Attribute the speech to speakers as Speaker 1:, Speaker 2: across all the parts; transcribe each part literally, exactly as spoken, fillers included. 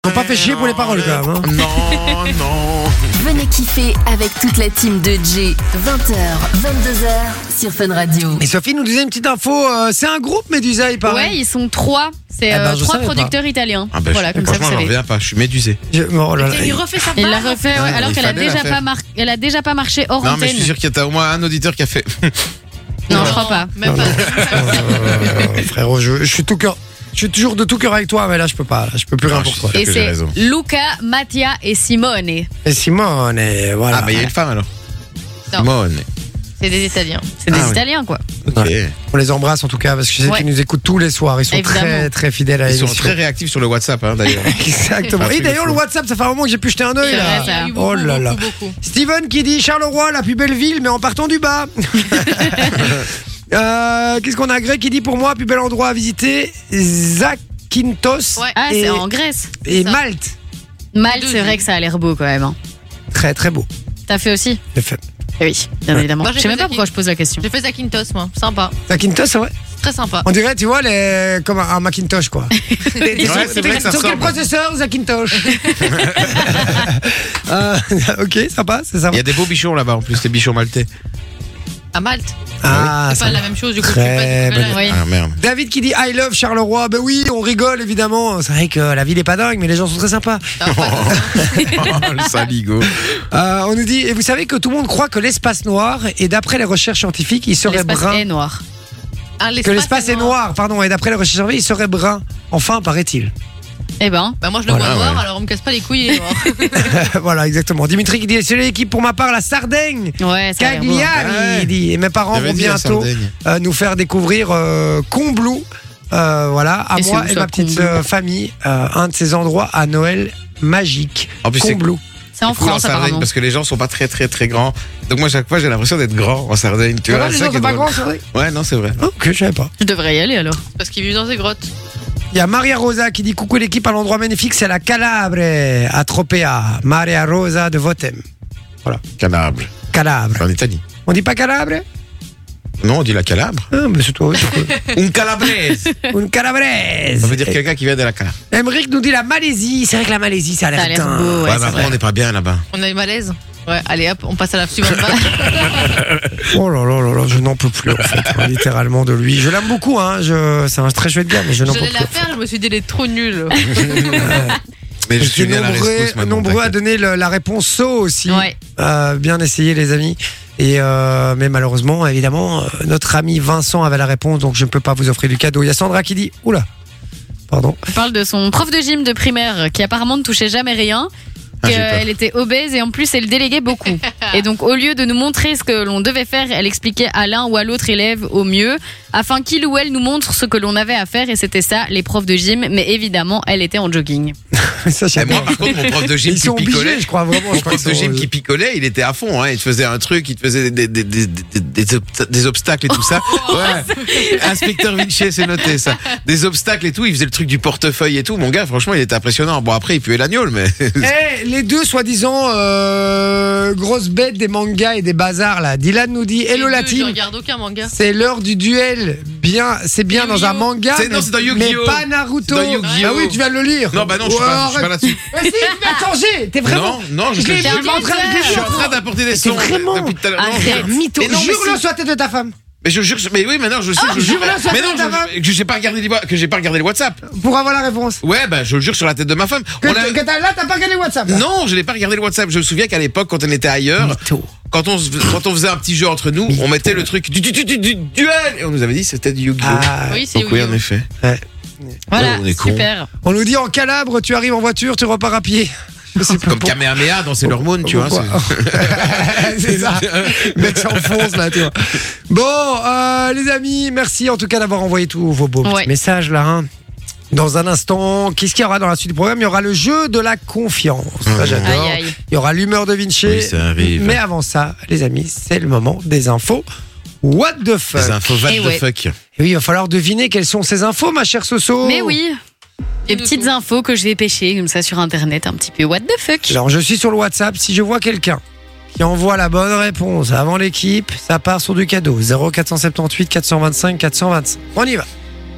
Speaker 1: Ils n'ont pas fait chier pour les paroles quand même. Hein.
Speaker 2: Non, non.
Speaker 3: Venez kiffer avec toute la team de Jay, vingt heures, vingt-deux heures sur Fun Radio.
Speaker 1: Et Sophie nous disait une petite info, euh, c'est un groupe Médusa, il paraît.
Speaker 4: Ouais, ils sont trois. C'est
Speaker 1: Eh ben,
Speaker 4: euh,
Speaker 1: je
Speaker 4: trois
Speaker 1: savais
Speaker 4: producteurs italiens.
Speaker 2: Ah ben,
Speaker 4: voilà,
Speaker 2: je,
Speaker 4: comme ça vous
Speaker 2: franchement, j'en
Speaker 4: savez.
Speaker 2: reviens pas. Je suis médusé.
Speaker 1: Je- oh là là.
Speaker 5: Il refait sa
Speaker 4: Il l'a
Speaker 5: part.
Speaker 4: refait, ouais,
Speaker 2: Ouais,
Speaker 4: alors
Speaker 2: il
Speaker 4: qu'elle a
Speaker 2: fallait la
Speaker 4: déjà
Speaker 2: faire.
Speaker 4: pas mar- elle a déjà pas marché hors
Speaker 2: Non, mais je
Speaker 4: antenne.
Speaker 2: suis sûr qu'il y a au moins un auditeur qui a fait.
Speaker 4: Non, je crois pas.
Speaker 5: Même pas.
Speaker 1: Euh, frérot, je, je suis tout cœur. Je suis toujours de tout cœur avec toi, mais là je peux pas, là, je peux plus rien
Speaker 2: Non,
Speaker 1: pour
Speaker 2: je
Speaker 1: toi.
Speaker 2: suis
Speaker 4: Et
Speaker 2: que j'ai
Speaker 4: c'est
Speaker 2: raison.
Speaker 4: Luca, Mattia et Simone.
Speaker 1: Et Simone, et voilà.
Speaker 2: Ah, bah il y a une femme alors.
Speaker 5: Non.
Speaker 2: Simone.
Speaker 5: C'est des Italiens.
Speaker 4: C'est des
Speaker 2: Ah oui.
Speaker 4: Italiens, quoi.
Speaker 2: Ok.
Speaker 1: On les embrasse en tout cas, parce que je sais
Speaker 4: Ouais.
Speaker 1: qu'ils nous écoutent tous les soirs. Ils sont
Speaker 4: Évidemment.
Speaker 1: très très fidèles à
Speaker 2: Ils sont
Speaker 1: l'émission.
Speaker 2: très réactifs sur le WhatsApp hein, d'ailleurs.
Speaker 1: Exactement.
Speaker 2: Un
Speaker 1: Et
Speaker 2: truc de
Speaker 1: d'ailleurs,
Speaker 2: fou.
Speaker 1: le WhatsApp, ça fait un moment que j'ai pu jeter un œil
Speaker 4: C'est
Speaker 1: là.
Speaker 4: vrai, ça.
Speaker 5: Il y a eu
Speaker 1: Oh
Speaker 5: beaucoup,
Speaker 1: là là.
Speaker 5: beaucoup, beaucoup.
Speaker 1: Steven qui dit Charleroi, la plus belle ville, mais en partant du bas. Euh, Qu'est-ce qu'on a? Greg qui dit pour moi, plus bel endroit à visiter, Zakynthos
Speaker 5: Ouais.
Speaker 4: Ah,
Speaker 1: et,
Speaker 4: c'est en Grèce.
Speaker 1: et
Speaker 5: ça.
Speaker 1: Malte.
Speaker 4: Malte,
Speaker 5: Deux
Speaker 4: c'est vrai
Speaker 5: villes.
Speaker 4: que ça a l'air beau quand même. hein.
Speaker 1: Très très beau.
Speaker 4: T'as fait aussi?
Speaker 1: J'ai fait.
Speaker 4: Eh oui, bien évidemment.
Speaker 5: Moi, j'ai
Speaker 4: Je sais même
Speaker 5: fait
Speaker 4: pas pourquoi
Speaker 5: Zaki-
Speaker 4: je pose la question.
Speaker 5: J'ai fait Zakynthos, moi. Sympa.
Speaker 1: Zakynthos, c'est vrai.
Speaker 5: Très sympa.
Speaker 1: On dirait, tu vois, les... comme un un Macintosh, quoi. T'es- t'es sur-
Speaker 2: c'est vrai que ça
Speaker 1: sur quel
Speaker 2: ressemble.
Speaker 1: processeur, Zakynthos? Euh, Ok, sympa, c'est
Speaker 2: Il y
Speaker 1: sympa.
Speaker 2: a des beaux bichons là-bas en plus, les bichons maltais.
Speaker 5: À Malte.
Speaker 1: Ah,
Speaker 5: C'est pas
Speaker 1: ça-
Speaker 5: la même chose, du coup. je
Speaker 1: Très
Speaker 5: suis pas du tout
Speaker 1: bonne-
Speaker 5: là.
Speaker 4: Oui.
Speaker 2: Ah merde.
Speaker 1: David qui dit I love Charleroi. Ben oui, on rigole évidemment. C'est vrai que la ville est pas dingue, mais les gens sont très sympas.
Speaker 5: Ah, pas-
Speaker 2: Oh, le saligo.
Speaker 1: Euh, on nous dit, et vous savez que tout le monde croit que l'espace noir, et d'après les recherches scientifiques, il serait
Speaker 4: L'espace
Speaker 1: brun.
Speaker 4: est noir.
Speaker 5: Ah,
Speaker 1: Que l'espace est noir, pardon, et d'après les recherches scientifiques, il serait brun. Enfin, paraît-il.
Speaker 4: Eh ben,
Speaker 5: Bah, moi, je le
Speaker 2: Voilà,
Speaker 5: vois noir,
Speaker 2: ouais.
Speaker 5: alors on me casse pas les couilles, il est noir.
Speaker 1: Voilà, exactement. Dimitri qui dit, c'est l'équipe pour ma part, la Sardaigne.
Speaker 4: ouais, ça a l'air beau.
Speaker 1: Cagliari,
Speaker 2: Ouais.
Speaker 1: il dit. Et mes parents
Speaker 2: J'avais
Speaker 1: vont
Speaker 2: dit la
Speaker 1: bientôt
Speaker 2: Sardaigne.
Speaker 1: euh, nous faire découvrir euh, Combloux. Euh, voilà, à
Speaker 4: Et c'est
Speaker 1: moi
Speaker 4: où,
Speaker 1: et
Speaker 4: ça,
Speaker 1: ma petite
Speaker 4: Combloux
Speaker 1: euh, famille, euh, un de ces endroits à Noël magique.
Speaker 2: En plus, c'est
Speaker 1: Combloux.
Speaker 4: C'est en
Speaker 2: cool
Speaker 4: France,
Speaker 2: Sardaigne
Speaker 4: apparemment.
Speaker 2: parce que les gens sont pas très très très grands. Donc moi chaque fois j'ai l'impression d'être grand en Sardaigne. Tu
Speaker 1: Tu
Speaker 2: vois,
Speaker 1: vois, les
Speaker 2: c'est ça
Speaker 1: gens
Speaker 2: qui est
Speaker 1: sont pas
Speaker 2: drôle.
Speaker 1: grands, c'est vrai.
Speaker 2: Ouais, non, c'est vrai.
Speaker 1: Ok, je savais pas.
Speaker 4: Je devrais y aller alors.
Speaker 5: Parce qu'ils vivent dans ces grottes.
Speaker 1: Il y a Maria Rosa qui dit coucou l'équipe à l'endroit magnifique, c'est la Calabre à Tropea. Maria Rosa de Votem.
Speaker 2: Calabre.
Speaker 1: Calabre.
Speaker 2: En Italie.
Speaker 1: On dit pas Calabre?
Speaker 2: Non, on dit la Calabre.
Speaker 1: Ah, mais c'est toi, oui, c'est quoi?
Speaker 2: Un Calabraise.
Speaker 1: Une Calabraise.
Speaker 2: Ça veut dire quelqu'un qui vient de la Calabre.
Speaker 1: Emmerich nous dit la Malaisie. C'est vrai que la Malaisie, ça a
Speaker 4: Ça
Speaker 1: l'air
Speaker 4: a l'air
Speaker 1: dingue.
Speaker 4: beau, ouais.
Speaker 2: Ouais, mais
Speaker 4: c'est
Speaker 2: après
Speaker 4: vrai.
Speaker 2: on n'est pas bien là-bas.
Speaker 5: On a eu malaise. Ouais, allez hop, on passe à la suivante.
Speaker 1: Oh là là là là, je n'en peux plus en fait, hein, littéralement de lui. Je l'aime beaucoup, hein. Je... C'est un très chouette gars, mais je n'en peux
Speaker 5: J'allais
Speaker 1: plus.
Speaker 5: la faire, je me suis dit, elle est trop nulle.
Speaker 2: Mais je
Speaker 1: Vous
Speaker 2: suis
Speaker 1: étiez
Speaker 2: né à la
Speaker 1: nombreux,
Speaker 2: rescousse maintenant.
Speaker 1: nombreux à
Speaker 2: t'inquiète.
Speaker 1: donner le- la réponse So aussi.
Speaker 4: Ouais.
Speaker 1: Euh, bien essayé les amis. Et euh, mais malheureusement, évidemment, euh, notre ami Vincent avait la réponse, donc je ne peux pas vous offrir du cadeau. Il y a Sandra qui dit, oula, pardon.
Speaker 4: On parle de son prof de gym de primaire qui apparemment ne touchait jamais rien.
Speaker 2: Ah, j'ai peur.
Speaker 4: Elle était obèse et en plus elle déléguait beaucoup. Et donc au lieu de nous montrer ce que l'on devait faire, elle expliquait à l'un ou à l'autre élève au mieux afin qu'il ou elle nous montre ce que l'on avait à faire et c'était ça les profs de gym. Mais évidemment elle était en jogging.
Speaker 1: Ça,
Speaker 2: Et
Speaker 1: j'adore.
Speaker 2: moi par contre mon prof de gym
Speaker 1: Ils
Speaker 2: qui
Speaker 1: sont
Speaker 2: picolait.
Speaker 1: obligés, je crois vraiment.
Speaker 2: Mon
Speaker 1: je crois
Speaker 2: prof de
Speaker 1: qu'ils sont-
Speaker 2: gym qui picolait, il était à fond. Hein. Il te faisait un truc, il te faisait des, des, des, des, des, des obsta- des obstacles et tout ça. Ouais. Inspecteur Vinci, c'est noté ça. Des obstacles et tout. Il faisait le truc du portefeuille et tout. Mon gars, franchement, il était impressionnant. Bon, après, il puait l'agneau, mais.
Speaker 1: Eh, les deux soi-disant euh, grosses bêtes des mangas et des bazars là. Dylan nous dit hello
Speaker 5: Les
Speaker 1: la
Speaker 5: deux, Je
Speaker 1: team.
Speaker 5: regarde aucun manga.
Speaker 1: C'est l'heure du duel. Bien, c'est bien dans un
Speaker 5: Yu-Gi-Oh.
Speaker 1: manga.
Speaker 2: C'est- non,
Speaker 1: mais-
Speaker 2: c'est dans Yu-Gi-Oh.
Speaker 1: Mais pas Naruto.
Speaker 2: C'est dans Yu-Gi-Oh.
Speaker 1: Ah oui, tu viens de le lire.
Speaker 2: Non, bah non, je suis
Speaker 1: Ouais,
Speaker 2: pas, je suis pas
Speaker 1: arrête.
Speaker 2: là-dessus.
Speaker 1: Mais si, tu viens de changer. T'es vraiment.
Speaker 2: Non, non, je
Speaker 1: Je
Speaker 2: sais.
Speaker 1: l'ai
Speaker 2: Je
Speaker 1: vu en train de
Speaker 2: suis en train d'apporter des
Speaker 1: C'est
Speaker 2: sons
Speaker 1: vraiment-
Speaker 2: depuis tout à l'heure. Non,
Speaker 4: Arrête.
Speaker 2: je-
Speaker 1: Mytho.
Speaker 2: Mais non, mais
Speaker 1: Jure-le
Speaker 2: si.
Speaker 1: sur la tête de ta femme.
Speaker 2: Mais je jure, mais oui, maintenant je sais,
Speaker 1: Ah,
Speaker 2: je jure.
Speaker 1: jure-le sur la
Speaker 2: Mais
Speaker 1: tête
Speaker 2: non,
Speaker 1: de ta femme.
Speaker 2: je- que j'ai pas regardé les wa- que j'ai pas regardé le WhatsApp.
Speaker 1: Pour avoir la réponse.
Speaker 2: Ouais, bah je le jure sur la tête de ma femme.
Speaker 1: Que,
Speaker 2: On a-
Speaker 1: que t'as- là, t'as pas regardé le WhatsApp. là.
Speaker 2: Non, je n'ai pas regardé le WhatsApp. Je me souviens qu'à l'époque, quand on était ailleurs,
Speaker 1: Mytho.
Speaker 2: quand on, se- quand on faisait un petit jeu entre nous, on mettait le truc du, du, du, du, du duel et on nous avait dit que c'était du Yu-Gi-Oh.
Speaker 1: Ah,
Speaker 5: Oui, c'est
Speaker 2: Donc oui, en
Speaker 5: Yu-Gi-Oh.
Speaker 2: effet.
Speaker 4: Voilà,
Speaker 2: on est cons.
Speaker 4: super.
Speaker 1: on nous dit en Calabre, tu arrives en voiture, tu repars à pied. Je sais pas
Speaker 2: Comme
Speaker 1: pour-
Speaker 2: Kamehameha dans Sailor Moon, tu vois.
Speaker 1: pourquoi. C'est ça. Le mec s'enfonce là, tu vois. Bon, euh, les amis, merci en tout cas d'avoir envoyé tous vos beaux petits
Speaker 4: Ouais.
Speaker 1: messages là. hein. Dans un instant, qu'est-ce qu'il y aura dans la suite du programme? Il y aura le jeu de la confiance. Ça, j'adore.
Speaker 4: Aïe aïe.
Speaker 1: Il y aura l'humeur de Vinci.
Speaker 2: Oui, ça arrive.
Speaker 1: Mais avant ça, les amis, c'est le moment des infos. What the fuck?
Speaker 2: Des infos what
Speaker 4: Eh
Speaker 2: the
Speaker 4: ouais.
Speaker 2: fuck.
Speaker 1: Et oui, il va falloir deviner quelles sont ces infos, ma chère Soso.
Speaker 4: Mais oui. Des
Speaker 5: Dis-nous
Speaker 4: petites
Speaker 5: tout.
Speaker 4: infos que je vais pêcher comme ça sur internet un petit peu what the fuck.
Speaker 1: Alors, je suis sur le WhatsApp. Si je vois quelqu'un qui envoie la bonne réponse avant l'équipe, ça part sur du cadeau. zéro quatre cent soixante-dix-huit quatre cent vingt-cinq quatre cent vingt-cinq. On y va.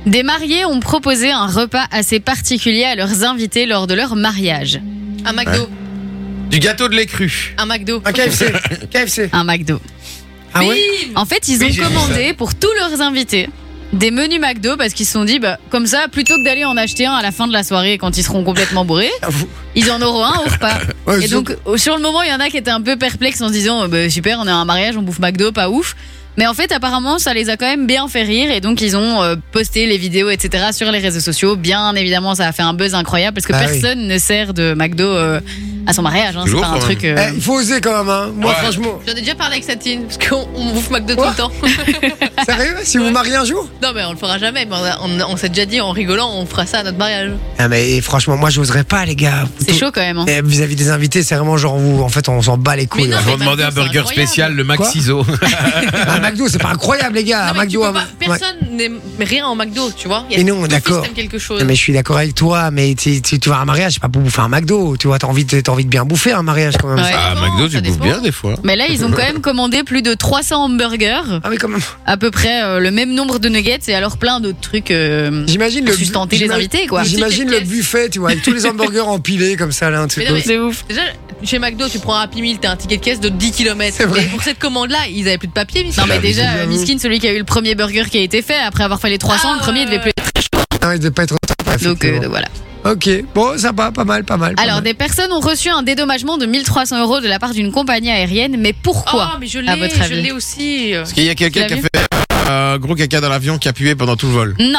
Speaker 4: Des mariés ont proposé un repas assez particulier à leurs invités lors de leur mariage.
Speaker 5: Un McDo.
Speaker 2: Du gâteau de lait cru.
Speaker 5: Un McDo.
Speaker 1: Un K F C. K F C.
Speaker 4: Un McDo.
Speaker 1: Ah ouais.
Speaker 4: En fait, ils
Speaker 2: Oui,
Speaker 4: ont
Speaker 2: j'ai vu
Speaker 4: commandé pour tous leurs invités des menus McDo parce qu'ils se sont dit, bah, comme ça, plutôt que d'aller en acheter un à la fin de la soirée quand ils seront complètement bourrés,
Speaker 1: J'avoue.
Speaker 4: ils en auront un au repas.
Speaker 1: Ouais,
Speaker 4: Et
Speaker 1: je-
Speaker 4: donc, au- sur le moment, il y en a qui étaient un peu perplexes en se disant, bah, super, on est à un mariage, on bouffe McDo, pas ouf. Mais en fait, apparemment, ça les a quand même bien fait rire et donc ils ont euh, posté les vidéos, et cetera sur les réseaux sociaux. Bien évidemment, ça a fait un buzz incroyable parce que
Speaker 1: Ah oui.
Speaker 4: personne ne sert de McDo euh, à son mariage. Hein. C'est
Speaker 2: Toujours,
Speaker 4: pas un
Speaker 2: quand
Speaker 4: truc.
Speaker 2: même.
Speaker 4: euh,
Speaker 1: Eh, il faut oser quand même, hein. Moi,
Speaker 2: Ouais.
Speaker 1: franchement.
Speaker 5: J'en ai déjà parlé avec Satine, parce qu'on on bouffe McDo tout
Speaker 1: Quoi
Speaker 5: le temps.
Speaker 1: Sérieux? Si vous vous mariez un jour?
Speaker 5: Non, mais on le fera jamais. Mais on, a- on- on s'est déjà dit en rigolant, on fera ça à notre mariage.
Speaker 1: Ah, mais franchement, moi, j'oserais pas, les gars.
Speaker 4: C'est chaud quand même. Hein.
Speaker 1: Eh, vis-à-vis des invités, c'est vraiment genre, vous, en fait, on s'en bat les couilles.
Speaker 5: Mais non,
Speaker 1: hein.
Speaker 2: Ils vont
Speaker 5: mais
Speaker 2: demander un
Speaker 5: McDo, c'est
Speaker 2: burger
Speaker 5: incroyable.
Speaker 2: spécial, le Mac
Speaker 1: Quoi
Speaker 2: Ciseaux.
Speaker 1: Un McDo, c'est pas incroyable, les gars.
Speaker 5: Non,
Speaker 1: Un
Speaker 5: mais tu
Speaker 1: McDo,
Speaker 5: peux
Speaker 1: un-
Speaker 5: pas-
Speaker 1: ouais.
Speaker 5: personne n'aime rien en McDo, tu vois. Il y a
Speaker 1: Mais non,
Speaker 5: tout
Speaker 1: d'accord.
Speaker 5: fils t'aime quelque chose.
Speaker 1: Non, mais je suis d'accord avec toi, mais tu, tu, tu vas à un mariage, c'est pas pour bouffer un McDo. Tu vois, t'as envie, de, t'as envie de bien bouffer un mariage quand même.
Speaker 4: Ouais.
Speaker 2: Ah,
Speaker 5: dépend,
Speaker 2: McDo, tu
Speaker 5: ça
Speaker 2: bouffes
Speaker 5: dépend.
Speaker 2: bien des fois.
Speaker 4: Mais là, ils ont quand même commandé plus de trois cents hamburgers,
Speaker 1: Ah oui, quand même.
Speaker 4: à peu près euh, le même nombre de nuggets et alors plein d'autres trucs. euh,
Speaker 1: J'imagine le
Speaker 4: Pour sustenter les
Speaker 1: j'ima-
Speaker 4: invités, quoi.
Speaker 1: J'imagine le
Speaker 5: Petite
Speaker 1: buffet, tu vois, avec tous les hamburgers empilés comme ça, là, un truc.
Speaker 5: Mais non, mais-
Speaker 4: C'est ouf.
Speaker 5: Déjà, chez McDo, tu prends un Happy Meal, t'as un ticket de caisse de dix kilomètres.
Speaker 1: C'est vrai.
Speaker 5: Mais pour cette commande-là, ils avaient plus de papier,
Speaker 4: Non, mais
Speaker 2: Ah,
Speaker 4: déjà,
Speaker 1: j'avoue.
Speaker 4: euh, Miskin, celui qui a eu le premier burger qui a été fait, après avoir fait les trois cents,
Speaker 5: Ah,
Speaker 4: le premier il devait plus être.
Speaker 1: Ah, il devait pas être autant.
Speaker 4: Donc, euh,
Speaker 1: effectivement.
Speaker 4: donc voilà.
Speaker 1: Ok, bon, ça va, pas mal, pas mal. pas
Speaker 4: Alors,
Speaker 1: mal.
Speaker 4: des personnes ont reçu un dédommagement de mille trois cents euros de la part d'une compagnie aérienne, mais pourquoi
Speaker 5: Oh, mais je
Speaker 4: à
Speaker 5: l'ai,
Speaker 4: votre
Speaker 5: je
Speaker 4: avis
Speaker 5: l'ai aussi.
Speaker 2: Parce qu'il y a quelqu'un
Speaker 4: Tu
Speaker 2: qui
Speaker 4: l'as
Speaker 2: a fait un gros caca dans l'avion qui a pué pendant tout le vol.
Speaker 4: Non.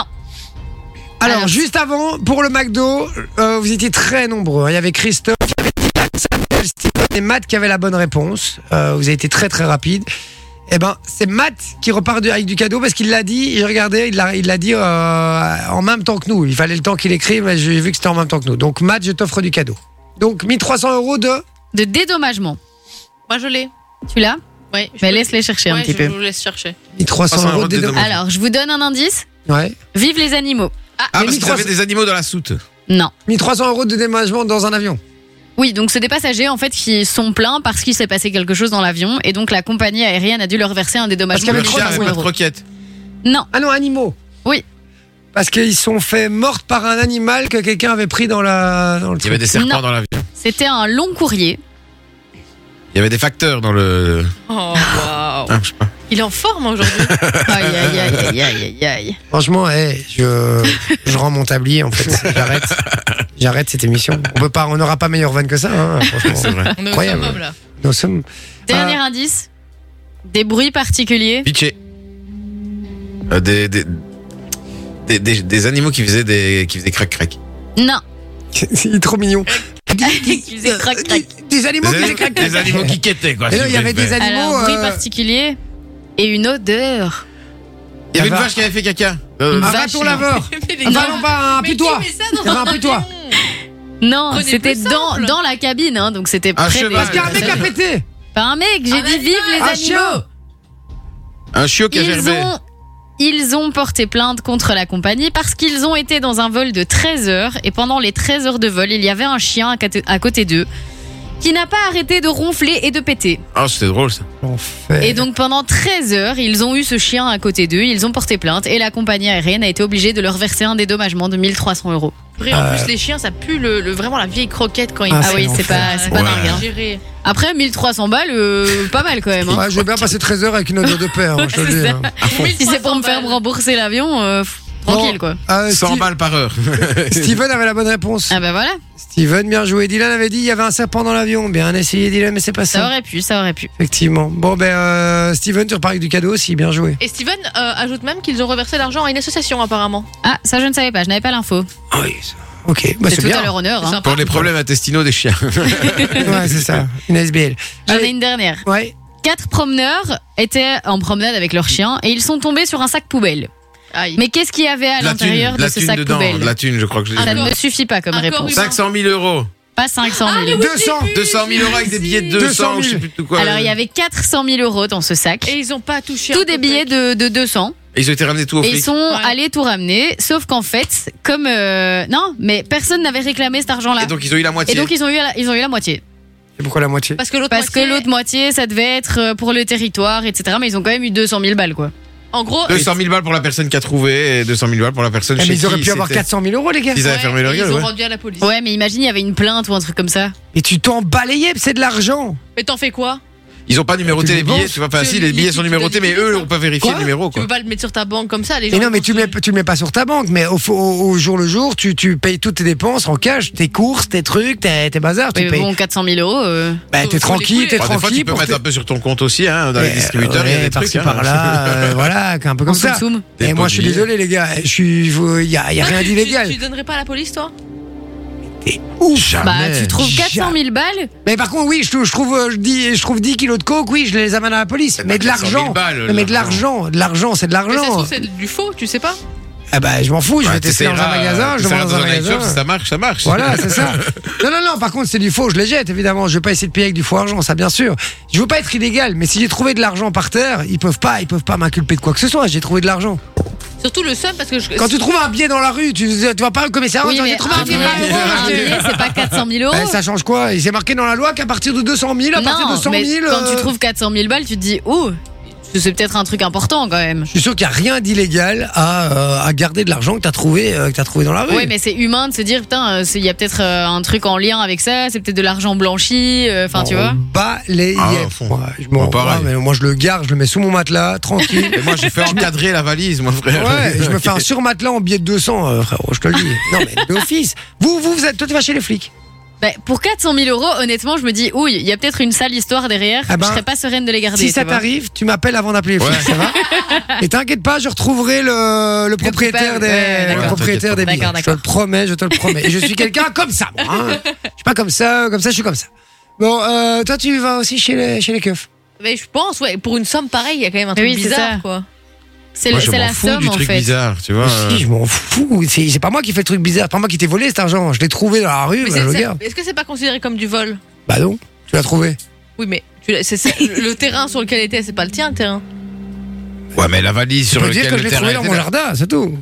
Speaker 1: Alors,
Speaker 4: alors,
Speaker 1: juste avant, pour le McDo, euh, vous étiez très nombreux. hein. Il y avait Christophe, il y avait Dylan, Samuel, Steven et Matt qui avaient la bonne réponse. Euh, vous avez été très très rapide. Eh ben, c'est Matt qui repart de- avec du cadeau parce qu'il l'a dit. J'ai regardé, il l'a, il l'a dit euh, en même temps que nous. Il fallait le temps qu'il écrive, mais j'ai vu que c'était en même temps que nous. Donc, Matt, je t'offre du cadeau. Donc, mille trois cents euros de.
Speaker 4: De dédommagement.
Speaker 5: Moi, je l'ai.
Speaker 4: Tu l'as
Speaker 5: Ouais, je
Speaker 4: Mais
Speaker 5: le-
Speaker 4: laisse-les chercher un
Speaker 5: Ouais,
Speaker 4: petit
Speaker 5: je,
Speaker 4: peu.
Speaker 5: je vous laisse chercher.
Speaker 1: mille trois cents euros de dédommagement.
Speaker 4: Alors, je vous donne un indice.
Speaker 1: Ouais.
Speaker 4: Vive les animaux.
Speaker 2: Ah,
Speaker 1: Mais
Speaker 2: parce
Speaker 1: mille
Speaker 2: qu'ils
Speaker 1: trois
Speaker 2: avaient
Speaker 1: cents
Speaker 2: des animaux dans la soute.
Speaker 4: Non.
Speaker 1: mille trois cents euros de dédommagement dans un avion.
Speaker 4: Oui, donc c'est des passagers en fait qui sont plaints parce qu'il s'est passé quelque chose dans l'avion et donc la compagnie aérienne a dû leur verser un dédommagement
Speaker 1: Parce
Speaker 4: de
Speaker 1: qu'il y
Speaker 2: Le
Speaker 1: avait
Speaker 2: chien
Speaker 4: mille
Speaker 2: avait
Speaker 4: trois
Speaker 2: pas
Speaker 4: cents
Speaker 2: de
Speaker 4: euros.
Speaker 2: croquettes.
Speaker 4: Non.
Speaker 1: Ah non, animaux.
Speaker 4: Oui.
Speaker 1: Parce qu'ils sont fait morts par un animal que quelqu'un avait pris dans, la, dans le
Speaker 2: Il y avait
Speaker 1: truc.
Speaker 2: des serpents
Speaker 4: Non.
Speaker 2: dans l'avion.
Speaker 4: C'était un long courrier.
Speaker 2: Il y avait des facteurs dans le.
Speaker 5: Oh, waouh.
Speaker 2: Ah, je sais pas.
Speaker 5: Il est en forme aujourd'hui.
Speaker 4: Aïe, aïe, aïe, aïe, aïe, aïe, aïe.
Speaker 1: Franchement, eh, je, je rends mon tablier en fait. J'arrête. J'arrête cette émission. On peut pas, on n'aura pas meilleur van que ça. Hein, franchement.
Speaker 2: C'est vrai.
Speaker 5: On est au
Speaker 1: Incroyable.
Speaker 5: summum, là.
Speaker 1: Nous sommes.
Speaker 4: Dernier indice. Des bruits particuliers.
Speaker 2: Pitché. Euh, des, des, des, des, des animaux qui faisaient des, qui faisaient crac-crac.
Speaker 4: Non.
Speaker 1: Il est trop mignon.
Speaker 4: Qui faisait crac, crac.
Speaker 1: Des animaux
Speaker 2: Des,
Speaker 1: qui
Speaker 2: animaux,
Speaker 1: faisaient crac, crac.
Speaker 2: des animaux qui quêtaient, quoi.
Speaker 1: Et
Speaker 2: si
Speaker 1: là, il y
Speaker 2: vous
Speaker 1: avait des
Speaker 2: préférez.
Speaker 1: animaux.
Speaker 4: Alors, bruit
Speaker 1: euh,
Speaker 4: particulier et une odeur.
Speaker 2: Il y avait une
Speaker 1: Ça va.
Speaker 2: vache qui avait fait caca. Euh,
Speaker 4: Une
Speaker 1: Un
Speaker 4: vache,
Speaker 1: raton
Speaker 4: non.
Speaker 1: laveur.
Speaker 5: Mais les
Speaker 1: Enfin,
Speaker 5: gars,
Speaker 1: non, pas un
Speaker 5: mais
Speaker 1: putois.
Speaker 5: qui met ça
Speaker 1: Il y avait
Speaker 5: dans
Speaker 1: un
Speaker 5: un
Speaker 1: putois.
Speaker 5: avion
Speaker 4: Non,
Speaker 5: Prenez
Speaker 4: c'était
Speaker 5: plus
Speaker 4: dans,
Speaker 5: simple.
Speaker 4: dans la cabine, hein, donc c'était
Speaker 2: Un
Speaker 4: près
Speaker 2: cheval.
Speaker 4: des-
Speaker 1: Parce qu'il y a un mec qui a pété.
Speaker 4: Pas un mec, j'ai
Speaker 5: Un
Speaker 4: dit vive les
Speaker 1: Un
Speaker 4: animaux.
Speaker 1: chien.
Speaker 2: Un chiot qui a
Speaker 4: Ils
Speaker 2: gerbé.
Speaker 4: ont, ils ont porté plainte contre la compagnie parce qu'ils ont été dans un vol de treize heures et pendant les treize heures de vol, il y avait un chien à côté- à côté d'eux qui n'a pas arrêté de ronfler et de péter.
Speaker 2: Oh, c'était drôle ça.
Speaker 1: L'enfer.
Speaker 4: Et donc pendant treize heures, ils ont eu ce chien à côté d'eux, ils ont porté plainte et la compagnie aérienne a été obligée de leur verser un dédommagement de mille trois cents euros.
Speaker 5: Vrai, en plus, les chiens, ça pue le, le- vraiment la vieille croquette quand ils
Speaker 1: Ah,
Speaker 4: Ah
Speaker 1: c'est
Speaker 4: oui, c'est
Speaker 1: l'enfer.
Speaker 4: pas, c'est pas
Speaker 2: Ouais.
Speaker 4: dingue. hein.
Speaker 5: Géré.
Speaker 4: Après mille trois cents balles, euh, pas mal quand même. Hein.
Speaker 1: Ouais, je vais bien passer treize heures avec une odeur de père, hein, je te le
Speaker 4: C'est
Speaker 1: dis.
Speaker 4: ça.
Speaker 1: hein.
Speaker 4: Si c'est pour me faire rembourser l'avion, euh, pff, tranquille
Speaker 1: Bon,
Speaker 4: quoi.
Speaker 1: euh,
Speaker 2: cent
Speaker 1: Steve-
Speaker 2: balles par heure.
Speaker 1: Steven avait la bonne réponse.
Speaker 4: Ah bah voilà,
Speaker 1: Steven, bien joué. Dylan avait dit il y avait un serpent dans l'avion. Bien essayé, Dylan, mais c'est pas
Speaker 4: ça
Speaker 1: ça.
Speaker 4: aurait pu, ça aurait pu.
Speaker 1: Effectivement. Bon, ben, euh, Steven, tu repars avec du cadeau aussi. Bien joué.
Speaker 5: Et Steven euh, ajoute même qu'ils ont reversé l'argent à une association apparemment.
Speaker 4: Ah, ça je ne savais pas, je n'avais pas l'info.
Speaker 1: Ah oui, ça- ok. Bah,
Speaker 4: c'est
Speaker 1: c'est
Speaker 4: tout
Speaker 1: bien.
Speaker 4: à leur honneur.
Speaker 5: C'est
Speaker 4: Hein.
Speaker 5: sympa.
Speaker 2: Pour les problèmes intestinaux des chiens.
Speaker 1: Ouais, c'est ça. Une S B L.
Speaker 4: J'en ai
Speaker 1: Allez.
Speaker 4: une dernière.
Speaker 1: Ouais.
Speaker 4: Quatre promeneurs étaient en promenade avec leur chien et ils sont tombés sur un sac poubelle.
Speaker 5: Aïe.
Speaker 4: Mais qu'est-ce qu'il y avait à
Speaker 2: De la
Speaker 4: l'intérieur
Speaker 2: thune, de
Speaker 4: de
Speaker 2: la
Speaker 4: ce
Speaker 2: thune
Speaker 4: sac
Speaker 2: dedans.
Speaker 4: poubelle
Speaker 2: De la thune, je crois que je l'ai
Speaker 4: Ça
Speaker 2: dit.
Speaker 4: ne me suffit pas comme
Speaker 5: Un corps
Speaker 4: réponse.
Speaker 5: humain.
Speaker 2: cinq cent mille euros.
Speaker 4: Pas cinq cent mille.
Speaker 1: deux cents.
Speaker 2: deux cent mille euros avec des billets de deux cents, ou je sais plus tout quoi.
Speaker 4: Alors il y avait quatre cent mille euros dans ce sac.
Speaker 5: Et ils ont pas touché.
Speaker 4: Tous
Speaker 5: un
Speaker 4: des
Speaker 5: peu
Speaker 4: billets de, de deux cents.
Speaker 2: Et ils ont été ramenés tout au
Speaker 4: Et ils
Speaker 2: flic.
Speaker 4: sont
Speaker 5: Ouais.
Speaker 4: allés tout ramener. Sauf qu'en fait, comme. euh, non, mais personne n'avait réclamé cet argent-là.
Speaker 2: Et donc ils ont eu la
Speaker 4: Et
Speaker 2: moitié.
Speaker 4: donc ils ont eu la, ils ont eu la moitié.
Speaker 1: Et pourquoi la moitié?
Speaker 5: Parce que l'autre
Speaker 4: Parce que
Speaker 5: moitié-
Speaker 4: l'autre moitié, ça devait être euh, pour le territoire, et cetera. Mais ils ont quand même eu deux cent mille balles, quoi.
Speaker 5: En gros,
Speaker 2: deux cent mille balles pour la personne qui a trouvé et deux cent mille balles pour la personne
Speaker 1: Eh,
Speaker 2: chez
Speaker 1: mais ils auraient
Speaker 2: qui
Speaker 1: pu avoir
Speaker 2: c'était.
Speaker 1: quatre cent mille euros, les gars.
Speaker 2: Ils avaient
Speaker 5: ouais,
Speaker 2: fermé leur
Speaker 5: et
Speaker 2: gueule,
Speaker 5: ils ont
Speaker 2: ouais.
Speaker 5: rendu à la police.
Speaker 4: Ouais, mais imagine, il y avait une plainte ou un truc comme ça.
Speaker 1: Et tu t'en balayais, c'est de l'argent.
Speaker 5: Mais t'en fais quoi?
Speaker 2: Ils ont pas numéroté
Speaker 1: Tu
Speaker 2: les billets,
Speaker 1: dépenses,
Speaker 2: tu vois pas
Speaker 5: tu
Speaker 2: si
Speaker 5: les
Speaker 2: les billets
Speaker 5: liquides,
Speaker 2: sont
Speaker 5: tu
Speaker 2: numérotés,
Speaker 5: donnes
Speaker 2: mais
Speaker 5: des
Speaker 2: eux
Speaker 5: billets,
Speaker 2: ont pas vérifié
Speaker 1: Quoi
Speaker 2: le numéro
Speaker 5: Tu
Speaker 2: quoi.
Speaker 5: peux pas le mettre sur ta banque comme ça, les gens.
Speaker 1: Et non,
Speaker 5: ils
Speaker 1: mais
Speaker 5: vont
Speaker 1: tu
Speaker 5: se-
Speaker 1: le mets, tu le mets pas sur ta banque, mais au, au, au jour le jour, tu, tu payes toutes tes dépenses en cash, tes courses, tes trucs, tes, tes bazars, tu
Speaker 4: Mais
Speaker 1: payes.
Speaker 4: bon, quatre cent mille euros. euh,
Speaker 1: Bah,
Speaker 5: faut-
Speaker 1: t'es
Speaker 5: faut
Speaker 1: tranquille,
Speaker 5: les
Speaker 1: t'es
Speaker 2: Bon, des fois
Speaker 1: tranquille.
Speaker 2: tu peux
Speaker 1: pour
Speaker 2: mettre
Speaker 1: tes-
Speaker 2: un peu sur ton compte aussi hein, dans les
Speaker 1: Eh,
Speaker 2: distributeurs, il y a
Speaker 1: ouais,
Speaker 2: des trucs
Speaker 1: par-ci,
Speaker 2: hein.
Speaker 1: par-là, euh, voilà, un peu comme
Speaker 4: en
Speaker 1: ça.
Speaker 4: soum-soum.
Speaker 1: Et
Speaker 2: Des
Speaker 1: moi, je suis
Speaker 2: billets.
Speaker 1: désolé, les gars, je suis, il y a, y a rien
Speaker 5: Tu-
Speaker 1: d'illégal.
Speaker 5: Tu donnerais pas à la police, toi?
Speaker 1: T'es ouf.
Speaker 2: Jamais.
Speaker 4: Bah, tu trouves quatre cent mille balles.
Speaker 1: Mais par contre, oui, je, trouve- je trouve, euh, je dis, je trouve dix kilos de coke, oui, je les amène à la police. Mais de
Speaker 2: quatre cent mille
Speaker 1: l'argent.
Speaker 2: balles,
Speaker 1: Mais de l'argent, de l'argent, c'est de
Speaker 5: Mais ça se
Speaker 1: l'argent.
Speaker 5: trouve, c'est du faux, tu sais pas?
Speaker 1: Ah bah, je m'en fous, je
Speaker 2: Ouais,
Speaker 1: vais tester dans un
Speaker 2: t'essaieras,
Speaker 1: magasin, je
Speaker 2: t'essaieras
Speaker 1: vais dans un
Speaker 2: night shop,
Speaker 1: magasin.
Speaker 2: si ça marche, ça marche.
Speaker 1: Voilà, c'est ça. Non, non, non, par contre, c'est du faux, je les jette, évidemment. Je vais pas essayer de payer avec du faux argent, ça, bien sûr. Je veux pas être illégal, mais si j'ai trouvé de l'argent par terre, ils peuvent pas, ils peuvent pas m'inculper de quoi que ce soit. J'ai trouvé de l'argent.
Speaker 5: Surtout le seum, parce que je.
Speaker 1: Quand tu trouves un billet dans la rue, tu, tu vas pas au commissariat,
Speaker 4: Oui,
Speaker 1: tu vas
Speaker 4: mais
Speaker 1: j'ai trouvé un
Speaker 4: un
Speaker 1: billet.
Speaker 4: billet, un
Speaker 2: billet.
Speaker 4: billet, c'est pas quatre cent mille euros.
Speaker 1: Ben, ça change quoi? Il s'est marqué dans la loi qu'à partir de deux cent mille, à partir de
Speaker 4: Non,
Speaker 1: cent
Speaker 4: mais
Speaker 1: mille.
Speaker 4: quand tu
Speaker 1: euh,
Speaker 4: trouves quatre cent mille balles, tu te dis, oh, c'est peut-être un truc important quand même.
Speaker 1: Je suis sûr qu'il n'y a rien d'illégal à, euh, à garder de l'argent que tu as trouvé, euh, que t'as trouvé dans la rue.
Speaker 4: Ouais, mais c'est humain de se dire, putain, euh, c'est- il y a peut-être euh, un truc en lien avec ça, c'est peut-être de l'argent blanchi, euh, enfin, tu
Speaker 1: On
Speaker 4: vois.
Speaker 1: bat les
Speaker 2: Ah,
Speaker 1: yeux.
Speaker 2: au fond.
Speaker 1: Moi, je m'en-
Speaker 2: Bon, pareil.
Speaker 1: ouais, mais moi, je le garde, je le mets sous mon matelas, tranquille.
Speaker 2: Et moi j'ai fait encadrer la valise, mon frère.
Speaker 1: Ouais, je me fais un surmatelas en billet de deux cents, euh, frérot, je te le dis. Non, mais d'office. Vous, vous, vous êtes, toi, tu vas chez les flics.
Speaker 4: Bah, pour quatre cent mille euros, honnêtement, je me dis, ouille, il y a peut-être une sale histoire derrière,
Speaker 1: Ah ben,
Speaker 4: je serais pas sereine de les garder.
Speaker 1: Si
Speaker 4: tu
Speaker 1: ça
Speaker 4: vois.
Speaker 1: t'arrive, tu m'appelles avant d'appeler les flics,
Speaker 2: Ouais.
Speaker 1: ça va? Et t'inquiète pas, je retrouverai le, le propriétaire
Speaker 4: coupable,
Speaker 1: des,
Speaker 4: ouais,
Speaker 1: le
Speaker 4: d'accord.
Speaker 1: propriétaire des
Speaker 4: D'accord,
Speaker 1: billets. Je te le
Speaker 4: d'accord.
Speaker 1: promets, je te le promets. Et je suis quelqu'un comme ça, moi. Hein. Je suis pas comme ça, comme ça, je suis comme ça. Bon, euh, toi, tu vas aussi chez les, chez les keufs.
Speaker 5: Mais je pense, ouais, pour une somme pareille, il y a quand même un
Speaker 4: Mais
Speaker 5: truc
Speaker 4: oui, c'est
Speaker 5: bizarre,
Speaker 4: ça.
Speaker 5: quoi.
Speaker 4: C'est
Speaker 2: Moi
Speaker 4: le-
Speaker 2: je
Speaker 4: c'est
Speaker 2: m'en
Speaker 4: la
Speaker 2: fous
Speaker 4: somme
Speaker 2: du
Speaker 4: en
Speaker 2: truc
Speaker 4: fait.
Speaker 2: bizarre, tu vois.
Speaker 1: Si, je m'en fous. C'est c'est pas moi qui fais le truc bizarre. C'est pas moi qui t'ai volé cet argent. Je l'ai trouvé dans la rue,
Speaker 5: Mais
Speaker 1: bah,
Speaker 5: c'est-
Speaker 1: je le
Speaker 5: c'est-
Speaker 1: garde.
Speaker 5: Est-ce que c'est pas considéré comme du vol?
Speaker 1: Bah non, tu l'as trouvé.
Speaker 5: Oui, mais tu l'as- c'est- c'est- le le terrain sur lequel était, c'est pas le tien, le terrain.
Speaker 2: Ouais, mais la valise
Speaker 1: Tu
Speaker 2: sur
Speaker 1: peux dire
Speaker 2: lequel
Speaker 1: que je
Speaker 2: le
Speaker 1: l'ai trouvé
Speaker 2: terrain
Speaker 1: dans mon
Speaker 2: était
Speaker 1: jardin, c'est tout.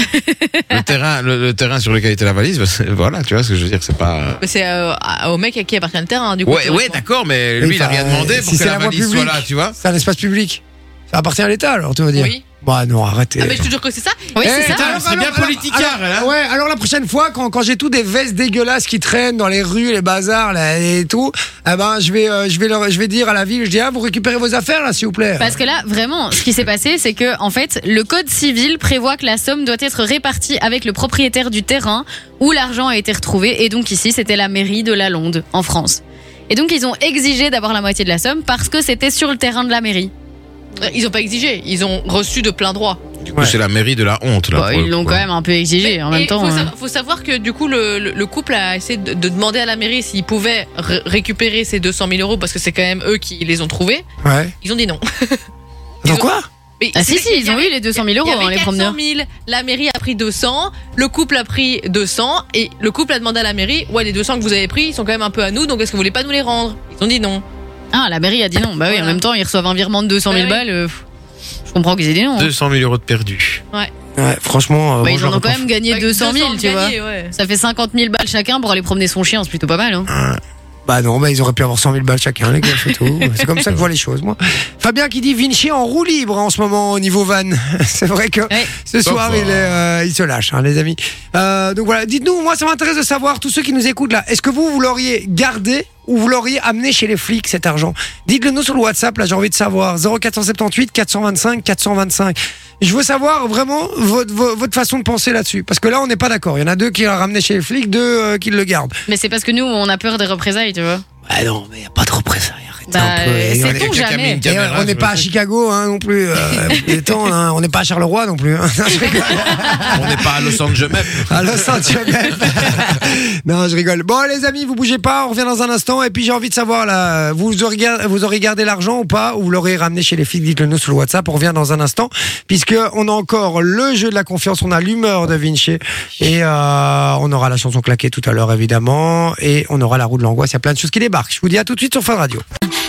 Speaker 2: le terrain le, le terrain sur lequel était la valise, bah, c'est- voilà, tu vois ce que je veux dire, c'est pas
Speaker 5: Mais c'est euh, à- au mec à qui appartient le terrain, du coup.
Speaker 2: Ouais, ouais,
Speaker 5: théoriquement.
Speaker 2: d'accord, mais
Speaker 1: Oui,
Speaker 2: lui il a
Speaker 1: enfin,
Speaker 2: rien demandé
Speaker 1: euh,
Speaker 2: pour
Speaker 1: si
Speaker 2: que
Speaker 1: c'est
Speaker 2: la
Speaker 1: la voie
Speaker 2: valise soit
Speaker 1: publique.
Speaker 2: là, tu vois.
Speaker 1: C'est un espace public. Ça appartient à l'État, alors, tu veux dire.
Speaker 5: Oui.
Speaker 1: Bah non, arrêtez.
Speaker 5: Ah, mais je te jure que c'est ça.
Speaker 4: Oui,
Speaker 1: Eh,
Speaker 4: c'est ça.
Speaker 2: putain, c'est bien politicard,
Speaker 1: alors,
Speaker 2: hein.
Speaker 1: Ouais, alors la prochaine fois, quand, quand j'ai tous des vestes dégueulasses qui traînent dans les rues, les bazars là, et tout, eh ben, je vais, euh, je, vais leur, je vais dire à la ville, je dis, ah, vous récupérez vos affaires là, s'il vous plaît.
Speaker 4: Parce que là, vraiment, ce qui s'est passé, c'est que, en fait, le code civil prévoit que la somme doit être répartie avec le propriétaire du terrain où l'argent a été retrouvé. Et donc ici, c'était la mairie de Lalonde, en France. Et donc, ils ont exigé d'avoir la moitié de la somme parce que c'était sur le terrain de la mairie.
Speaker 5: Euh, Ils ont pas exigé, ils ont reçu de plein droit.
Speaker 2: Du coup,
Speaker 1: Ouais.
Speaker 2: c'est la mairie de la honte là.
Speaker 4: Bah,
Speaker 2: pour
Speaker 4: ils
Speaker 2: le
Speaker 4: l'ont
Speaker 2: coup,
Speaker 4: quand
Speaker 2: hein.
Speaker 4: même un peu exigé. En même
Speaker 5: Et
Speaker 4: temps,
Speaker 5: faut,
Speaker 4: euh,
Speaker 5: sa- faut savoir que du coup le, le- le couple a essayé de, de demander à la mairie s'ils pouvaient ré- récupérer ces deux cent mille euros parce que c'est quand même eux qui les ont trouvés.
Speaker 1: Ouais.
Speaker 5: Ils ont dit non.
Speaker 1: Dans
Speaker 5: ont-
Speaker 1: quoi?
Speaker 5: Mais
Speaker 4: Ah
Speaker 5: c'est-
Speaker 4: si, si,
Speaker 5: il y
Speaker 4: ils ont
Speaker 5: avait-
Speaker 4: eu les deux cent mille
Speaker 5: Il y
Speaker 4: euros,
Speaker 5: avait
Speaker 4: hein, les
Speaker 5: quatre cent
Speaker 4: promeneurs.
Speaker 5: mille, la mairie a pris deux cents, le couple a pris deux cents et le couple a demandé à la mairie, ouais les deux cents que vous avez pris ils sont quand même un peu à nous donc est-ce que vous voulez pas nous les rendre? Ils ont dit non.
Speaker 4: Ah, la mairie a dit non. Bah oui, en
Speaker 5: Voilà.
Speaker 4: même temps, ils reçoivent un virement de deux cent mille
Speaker 5: Bah oui.
Speaker 4: balles. euh, pff, je comprends qu'ils aient dit non. hein.
Speaker 2: deux cent mille euros de perdus.
Speaker 1: Ouais, franchement. euh,
Speaker 4: Bah,
Speaker 1: moi,
Speaker 4: ils
Speaker 1: je
Speaker 4: en
Speaker 1: leur
Speaker 4: ont quand
Speaker 1: reprends-
Speaker 4: même gagné
Speaker 5: Ouais,
Speaker 4: deux cent mille, tu vois.
Speaker 5: gagnés, ouais.
Speaker 4: Ça fait cinquante mille balles chacun pour aller promener son chien, c'est plutôt pas mal. Hein.
Speaker 1: Bah non, bah ils auraient pu avoir cent mille balles chacun, les gars, c'est tout. C'est comme ça que je vois les choses, moi. Fabien qui dit Vinci en roue libre en ce moment au niveau van. C'est vrai que
Speaker 4: Ouais.
Speaker 1: ce
Speaker 2: Top,
Speaker 1: soir,
Speaker 2: hein.
Speaker 1: il, est, euh, il se lâche, hein, les amis. Euh, donc voilà, dites-nous, moi ça m'intéresse de savoir, tous ceux qui nous écoutent là, est-ce que vous, vous l'auriez gardé ou vous l'auriez amené chez les flics cet argent? Dites-le nous sur le WhatsApp, là j'ai envie de savoir. zéro quatre sept huit quatre cent vingt-cinq quatre cent vingt-cinq. Je veux savoir vraiment votre, vo- votre façon de penser là-dessus. Parce que là, on n'est pas d'accord. Il y en a deux qui l'ont ramené chez les flics, deux euh, qui le gardent.
Speaker 4: Mais c'est parce que nous, on a peur des représailles, tu vois.
Speaker 1: Bah non, mais il n'y a pas de représailles. Arrêtez
Speaker 4: Bah,
Speaker 1: un peu. Et
Speaker 4: c'est
Speaker 1: on est-
Speaker 4: tout.
Speaker 2: Quelqu'un qui a mis
Speaker 4: jamais.
Speaker 2: une
Speaker 1: et
Speaker 2: caméra
Speaker 1: on n'est
Speaker 2: sur
Speaker 1: pas
Speaker 2: le
Speaker 1: à
Speaker 2: truc.
Speaker 1: Chicago hein, non plus. Euh, les temps, hein, on n'est pas à Charleroi non plus. Hein. Non, je rigole.
Speaker 2: On n'est pas à Los Angeles.
Speaker 1: À Los Angeles. Non, je rigole. Bon, les amis, vous bougez pas. On revient dans un instant. Et puis, j'ai envie de savoir, là, vous aurez, gar- vous aurez gardé l'argent ou pas, ou vous l'aurez ramené chez les flics. Dites-le nous sur le WhatsApp. On revient dans un instant. Puisque on a encore le jeu de la confiance. On a l'humeur de Vinci. Et euh, on aura la chanson claquée tout à l'heure, évidemment. Et on aura la roue de l'angoisse. Il y a plein de choses qui débarquent. Je vous dis à tout de suite sur Fun Radio.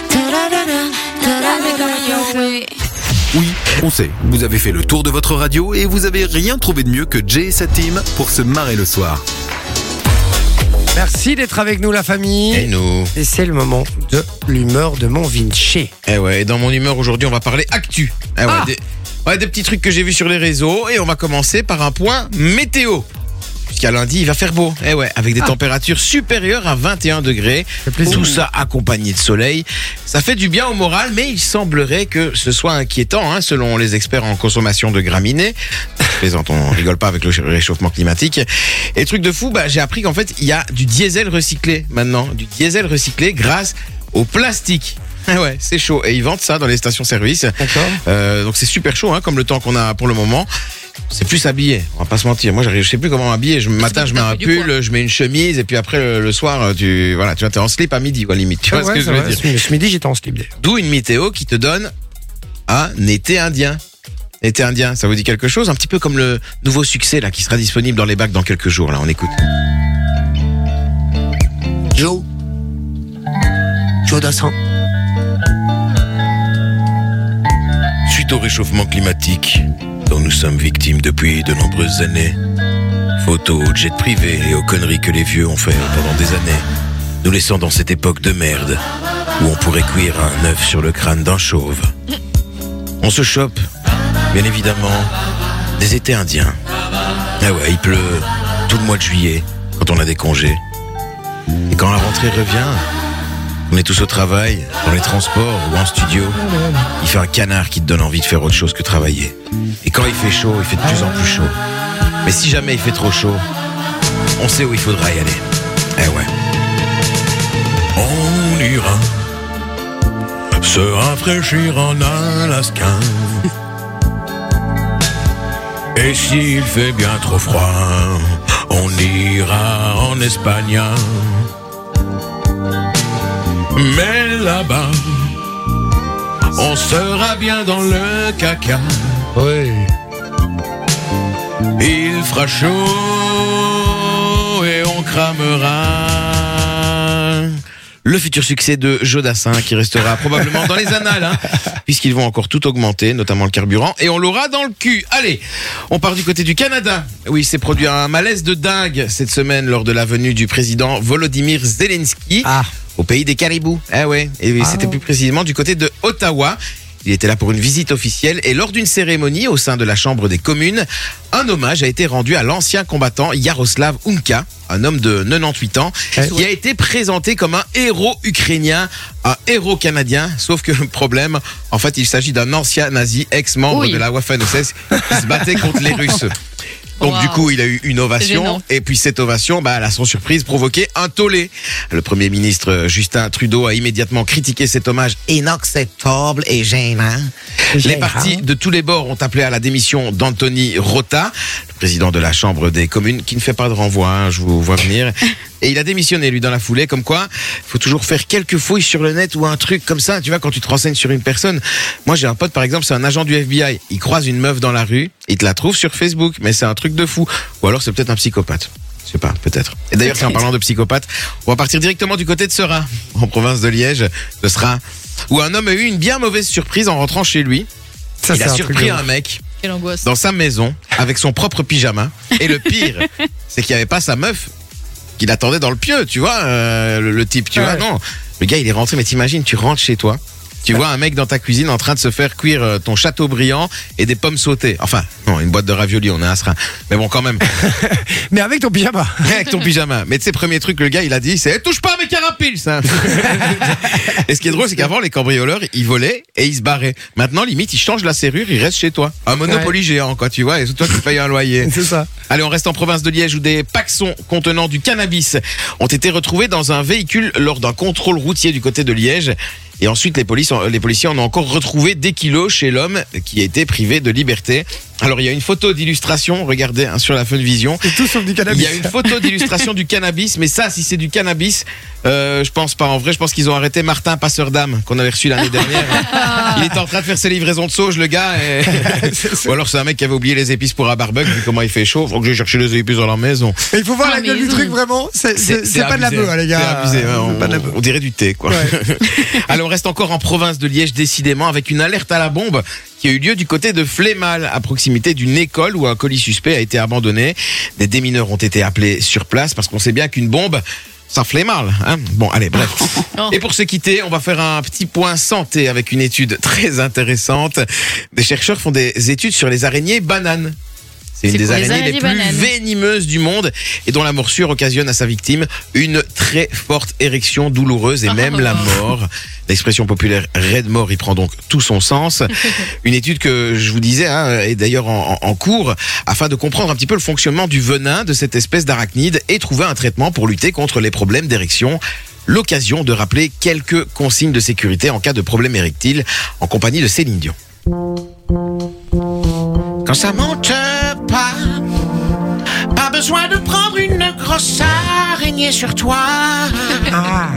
Speaker 6: Oui, on sait, vous avez fait le tour de votre radio et vous avez rien trouvé de mieux que Jay et sa team pour se marrer le soir.
Speaker 1: Merci d'être avec nous, la famille.
Speaker 2: Et nous.
Speaker 1: Et c'est le moment de l'humeur de mon Vinci.
Speaker 2: Eh ouais, et dans mon humeur aujourd'hui, on va parler actu. Eh ouais,
Speaker 1: Ah.
Speaker 2: des- Ouais, des petits trucs que j'ai vus sur les réseaux et on va commencer par un point météo. Jusqu'à lundi, il va faire beau. Eh ouais, avec des
Speaker 1: Ah.
Speaker 2: températures supérieures à vingt et un degrés.
Speaker 1: fait plaisir.
Speaker 2: Tout ça accompagné de soleil. Ça fait du bien au moral, mais il semblerait que ce soit inquiétant, hein, selon les experts en consommation de graminées. Je plaisante, on rigole pas avec le réchauffement climatique. Et truc de fou, bah, j'ai appris qu'en fait, il y a du diesel recyclé maintenant. Du diesel recyclé grâce au plastique. Ah ouais, c'est chaud. Et ils vendent ça dans les stations-service.
Speaker 1: D'accord.
Speaker 2: Euh, donc c'est super chaud, hein, comme le temps qu'on a pour le moment. C'est plus habillé, on va pas se mentir. Moi, j'arrive, je sais plus comment m'habiller. Je, le matin, je mets un
Speaker 5: du
Speaker 2: pull,
Speaker 5: poids.
Speaker 2: je mets une chemise, et puis après le, le soir, tu voilà, tu vois, t'es en slip à midi, quoi, limite. Tu vois ce que je veux dire.
Speaker 1: Ce ce midi, j'étais en slip. d'ailleurs.
Speaker 2: D'où une météo qui te donne un été indien. Été indien, ça vous dit quelque chose? Un petit peu comme le nouveau succès là qui sera disponible dans les bacs dans quelques jours. Là, on écoute.
Speaker 1: Joe. Joe Dassin.
Speaker 2: Suite au réchauffement climatique, dont nous sommes victimes depuis de nombreuses années, faute aux jets privés et aux conneries que les vieux ont fait pendant des années, nous laissant dans cette époque de merde où on pourrait cuire un œuf sur le crâne d'un chauve. On se chope, bien évidemment, des étés indiens. Ah ouais, il pleut tout le mois de juillet quand on a des congés. Et quand la rentrée revient, on est tous au travail, dans les transports ou en studio. Il fait un canard qui te donne envie de faire autre chose que travailler. Et quand il fait chaud, il fait de plus en plus chaud. Mais si jamais il fait trop chaud, on sait où il faudra y aller. Eh ouais. On ira se rafraîchir en Alaska. Et s'il fait bien trop froid, on ira en Espagne. Mais là-bas, on sera bien dans le caca.
Speaker 1: Oui.
Speaker 2: Il fera chaud et on cramera. Le futur succès de Joe Dassin qui restera probablement dans les annales, hein, puisqu'ils vont encore tout augmenter, notamment le carburant, et on l'aura dans le cul. Allez, on part du côté du Canada. Oui, il s'est produit un malaise de dingue cette semaine lors de la venue du président Volodymyr Zelensky.
Speaker 1: Ah.
Speaker 2: Au pays des caribous. Ah ouais. Et c'était plus précisément du côté de Ottawa. Il était là pour une visite officielle et lors d'une cérémonie au sein de la Chambre des communes, un hommage a été rendu à l'ancien combattant Yaroslav Unka, un homme de quatre-vingt-dix-huit ans, qui a été présenté comme un héros ukrainien, un héros canadien, sauf que le problème, en fait, il s'agit d'un ancien nazi, ex-membre
Speaker 4: Oui.
Speaker 2: de la Waffen-S S, qui se battait contre les Russes. Donc
Speaker 5: Wow.
Speaker 2: du coup, il a eu une ovation
Speaker 5: Gênant.
Speaker 2: et puis cette ovation, bah, elle a sans surprise provoqué un tollé. Le Premier ministre Justin Trudeau a immédiatement critiqué cet hommage inacceptable et gênant. Les
Speaker 1: Gênant.
Speaker 2: partis de tous les bords ont appelé à la démission d'Anthony Rota, le président de la Chambre des communes, qui ne fait pas de renvoi, hein, je vous vois venir. Et il a démissionné, lui, dans la foulée, comme quoi, il faut toujours faire quelques fouilles sur le net ou un truc comme ça, tu vois, quand tu te renseignes sur une personne. Moi, j'ai un pote, par exemple, c'est un agent du F B I. Il croise une meuf dans la rue, il te la trouve sur Facebook, mais c'est un truc de fou. Ou alors, c'est peut-être un psychopathe. Je sais pas, peut-être. Et d'ailleurs, c'est en parlant de psychopathe, on va partir directement du côté de Sera, en province de Liège, de Sera, où un homme a eu une bien mauvaise surprise en rentrant chez lui.
Speaker 1: Ça,
Speaker 2: il
Speaker 1: c'est
Speaker 2: a
Speaker 1: un truc
Speaker 2: surpris
Speaker 1: de
Speaker 2: un
Speaker 1: ouf.
Speaker 2: mec
Speaker 5: Quelle angoisse.
Speaker 2: dans sa maison avec son propre pyjama. Et le pire, c'est qu'il n'y avait pas sa meuf qui l'attendait dans le pieu, tu vois, euh, le, le type, tu
Speaker 1: Ouais.
Speaker 2: vois, non. Le gars, il est rentré, mais t'imagines, tu rentres chez toi, tu vois un mec dans ta cuisine en train de se faire cuire euh, ton Châteaubriand et des pommes sautées. Enfin, non, une boîte de raviolis, on est à Serein. Mais bon, quand même,
Speaker 1: Mais avec ton pyjama.
Speaker 2: avec ton pyjama. Mais tu sais, premier truc, le gars, il a dit, c'est, touche pas à mes carapiles, ça. Et ce qui est drôle, c'est qu'avant, les cambrioleurs, ils volaient et ils se barraient. Maintenant, limite, ils changent la serrure, ils restent chez toi. Un Monopoly géant, quoi, tu vois, et c'est toi qui payes un loyer.
Speaker 1: C'est ça.
Speaker 2: Allez, on reste en province de Liège où des paxons contenant du cannabis ont été retrouvés dans un véhicule lors d'un contrôle routier du côté de Liège. Et ensuite, les, polices, les policiers en ont encore retrouvé des kilos chez l'homme qui a été privé de liberté. Alors, il y a une photo d'illustration, regardez hein, sur la Fun Vision.
Speaker 1: C'est tout sauf du
Speaker 2: Il
Speaker 1: cannabis.
Speaker 2: y a une photo d'illustration du cannabis, mais ça, si c'est du cannabis, euh, je pense pas. En vrai, je pense qu'ils ont arrêté Martin Passeur d'âme qu'on avait reçu l'année dernière. Il était en train de faire ses livraisons de sauge, le gars. Et... Ou alors c'est un mec qui avait oublié les épices pour un barbecue, vu comment il fait chaud. Faut que j'ai cherché les épices dans la maison.
Speaker 1: Mais il faut voir
Speaker 4: Ah,
Speaker 1: la gueule
Speaker 4: mais
Speaker 1: du
Speaker 4: ils ont-
Speaker 1: truc, vraiment. C'est c'est- c'est pas de la
Speaker 2: abusé.
Speaker 1: bœuf, hein, les gars.
Speaker 2: C'est abusé, ouais,
Speaker 1: C'est
Speaker 2: on,
Speaker 1: pas de la bœuf.
Speaker 2: on dirait du thé, quoi.
Speaker 1: Ouais.
Speaker 2: Alors, on reste encore en province de Liège, décidément, avec une alerte à la bombe qui a eu lieu du côté de Flémal, à proximité d'une école où un colis suspect a été abandonné. Des démineurs ont été appelés sur place parce qu'on sait bien qu'une bombe, Ça fait mal, hein. Bon, allez, bref.
Speaker 5: Oh.
Speaker 2: Et pour se quitter, on va faire un petit point santé avec une étude très intéressante. Des chercheurs font des études sur les araignées bananes. C'est une
Speaker 4: C'est
Speaker 2: des
Speaker 4: quoi, les
Speaker 2: araignées les,
Speaker 4: araignées
Speaker 2: plus
Speaker 4: bananes
Speaker 2: venimeuses du monde et dont la morsure occasionne à sa victime une très forte érection douloureuse et même la mort. L'expression populaire « raide mort » y prend donc tout son sens. Une étude que je vous disais hein, est d'ailleurs en, en cours afin de comprendre un petit peu le fonctionnement du venin de cette espèce d'arachnide et trouver un traitement pour lutter contre les problèmes d'érection. L'occasion de rappeler quelques consignes de sécurité en cas de problème érectile en compagnie de Céline Dion. Quand ça monte pas, pas besoin de prendre une grosse araignée sur toi.
Speaker 1: Ah,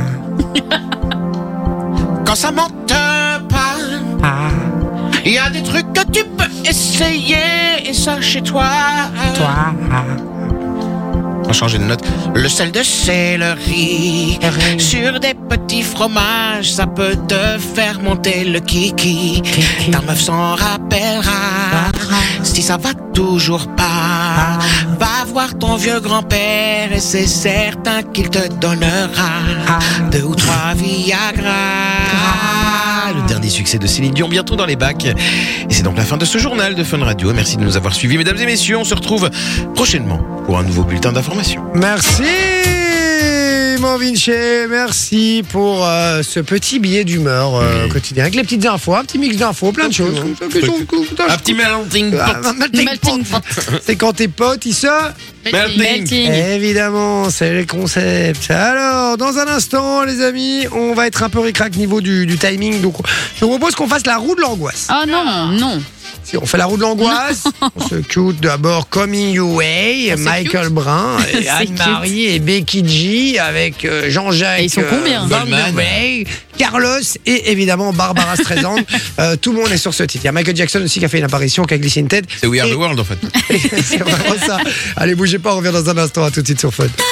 Speaker 2: Quand ça monte pas,
Speaker 1: ah,
Speaker 2: il y a des trucs que tu peux essayer et ça chez toi.
Speaker 1: toi. Ah.
Speaker 2: On va changer de note. Le sel de céleri
Speaker 1: Céleri.
Speaker 2: sur des petits fromages, ça peut te faire monter le kiki.
Speaker 1: Kiki.
Speaker 2: Ta meuf s'en rappellera. Si ça va toujours pas, va voir ton vieux grand-père et c'est certain qu'il te donnera deux ou trois Viagra. Le dernier succès de Céline Dion bientôt dans les bacs. Et c'est donc la fin de ce journal de Fun Radio. Merci de nous avoir suivis, mesdames et messieurs. On se retrouve prochainement pour un nouveau bulletin d'information.
Speaker 1: Merci, mon Vinci. Merci pour euh, ce petit billet d'humeur euh, quotidien avec les petites infos, un petit mix d'infos, plein de choses.
Speaker 2: Un petit melting
Speaker 1: Ah,
Speaker 2: pot.
Speaker 1: melting
Speaker 4: Melting
Speaker 1: pot. C'est quand tes potes, ils se...
Speaker 2: Melting.
Speaker 4: Melting.
Speaker 1: Évidemment, c'est le concept. Alors, dans un instant, les amis, on va être un peu ric-rac niveau du, du timing. Donc, je vous propose qu'on fasse la roue de l'angoisse.
Speaker 4: Oh non, non.
Speaker 1: Si on fait la roue de l'angoisse, on se cute d'abord Coming Your Way,
Speaker 5: On se
Speaker 1: Michael
Speaker 5: cute.
Speaker 1: Brun, et
Speaker 4: C'est
Speaker 1: Anne-Marie et Becky G avec euh, Jean-Jacques
Speaker 4: Et ils sont combien
Speaker 1: Van der
Speaker 2: Goldman.
Speaker 1: Wey, Carlos et évidemment Barbara Streisand. Euh, tout le monde est sur ce titre. Il y a Michael Jackson aussi qui a fait une apparition, qui a glissé une tête.
Speaker 2: C'est We Are
Speaker 1: Et-
Speaker 2: the World en fait.
Speaker 1: C'est vraiment ça. Allez, bougez pas, on revient dans un instant. À tout de suite sur Fun.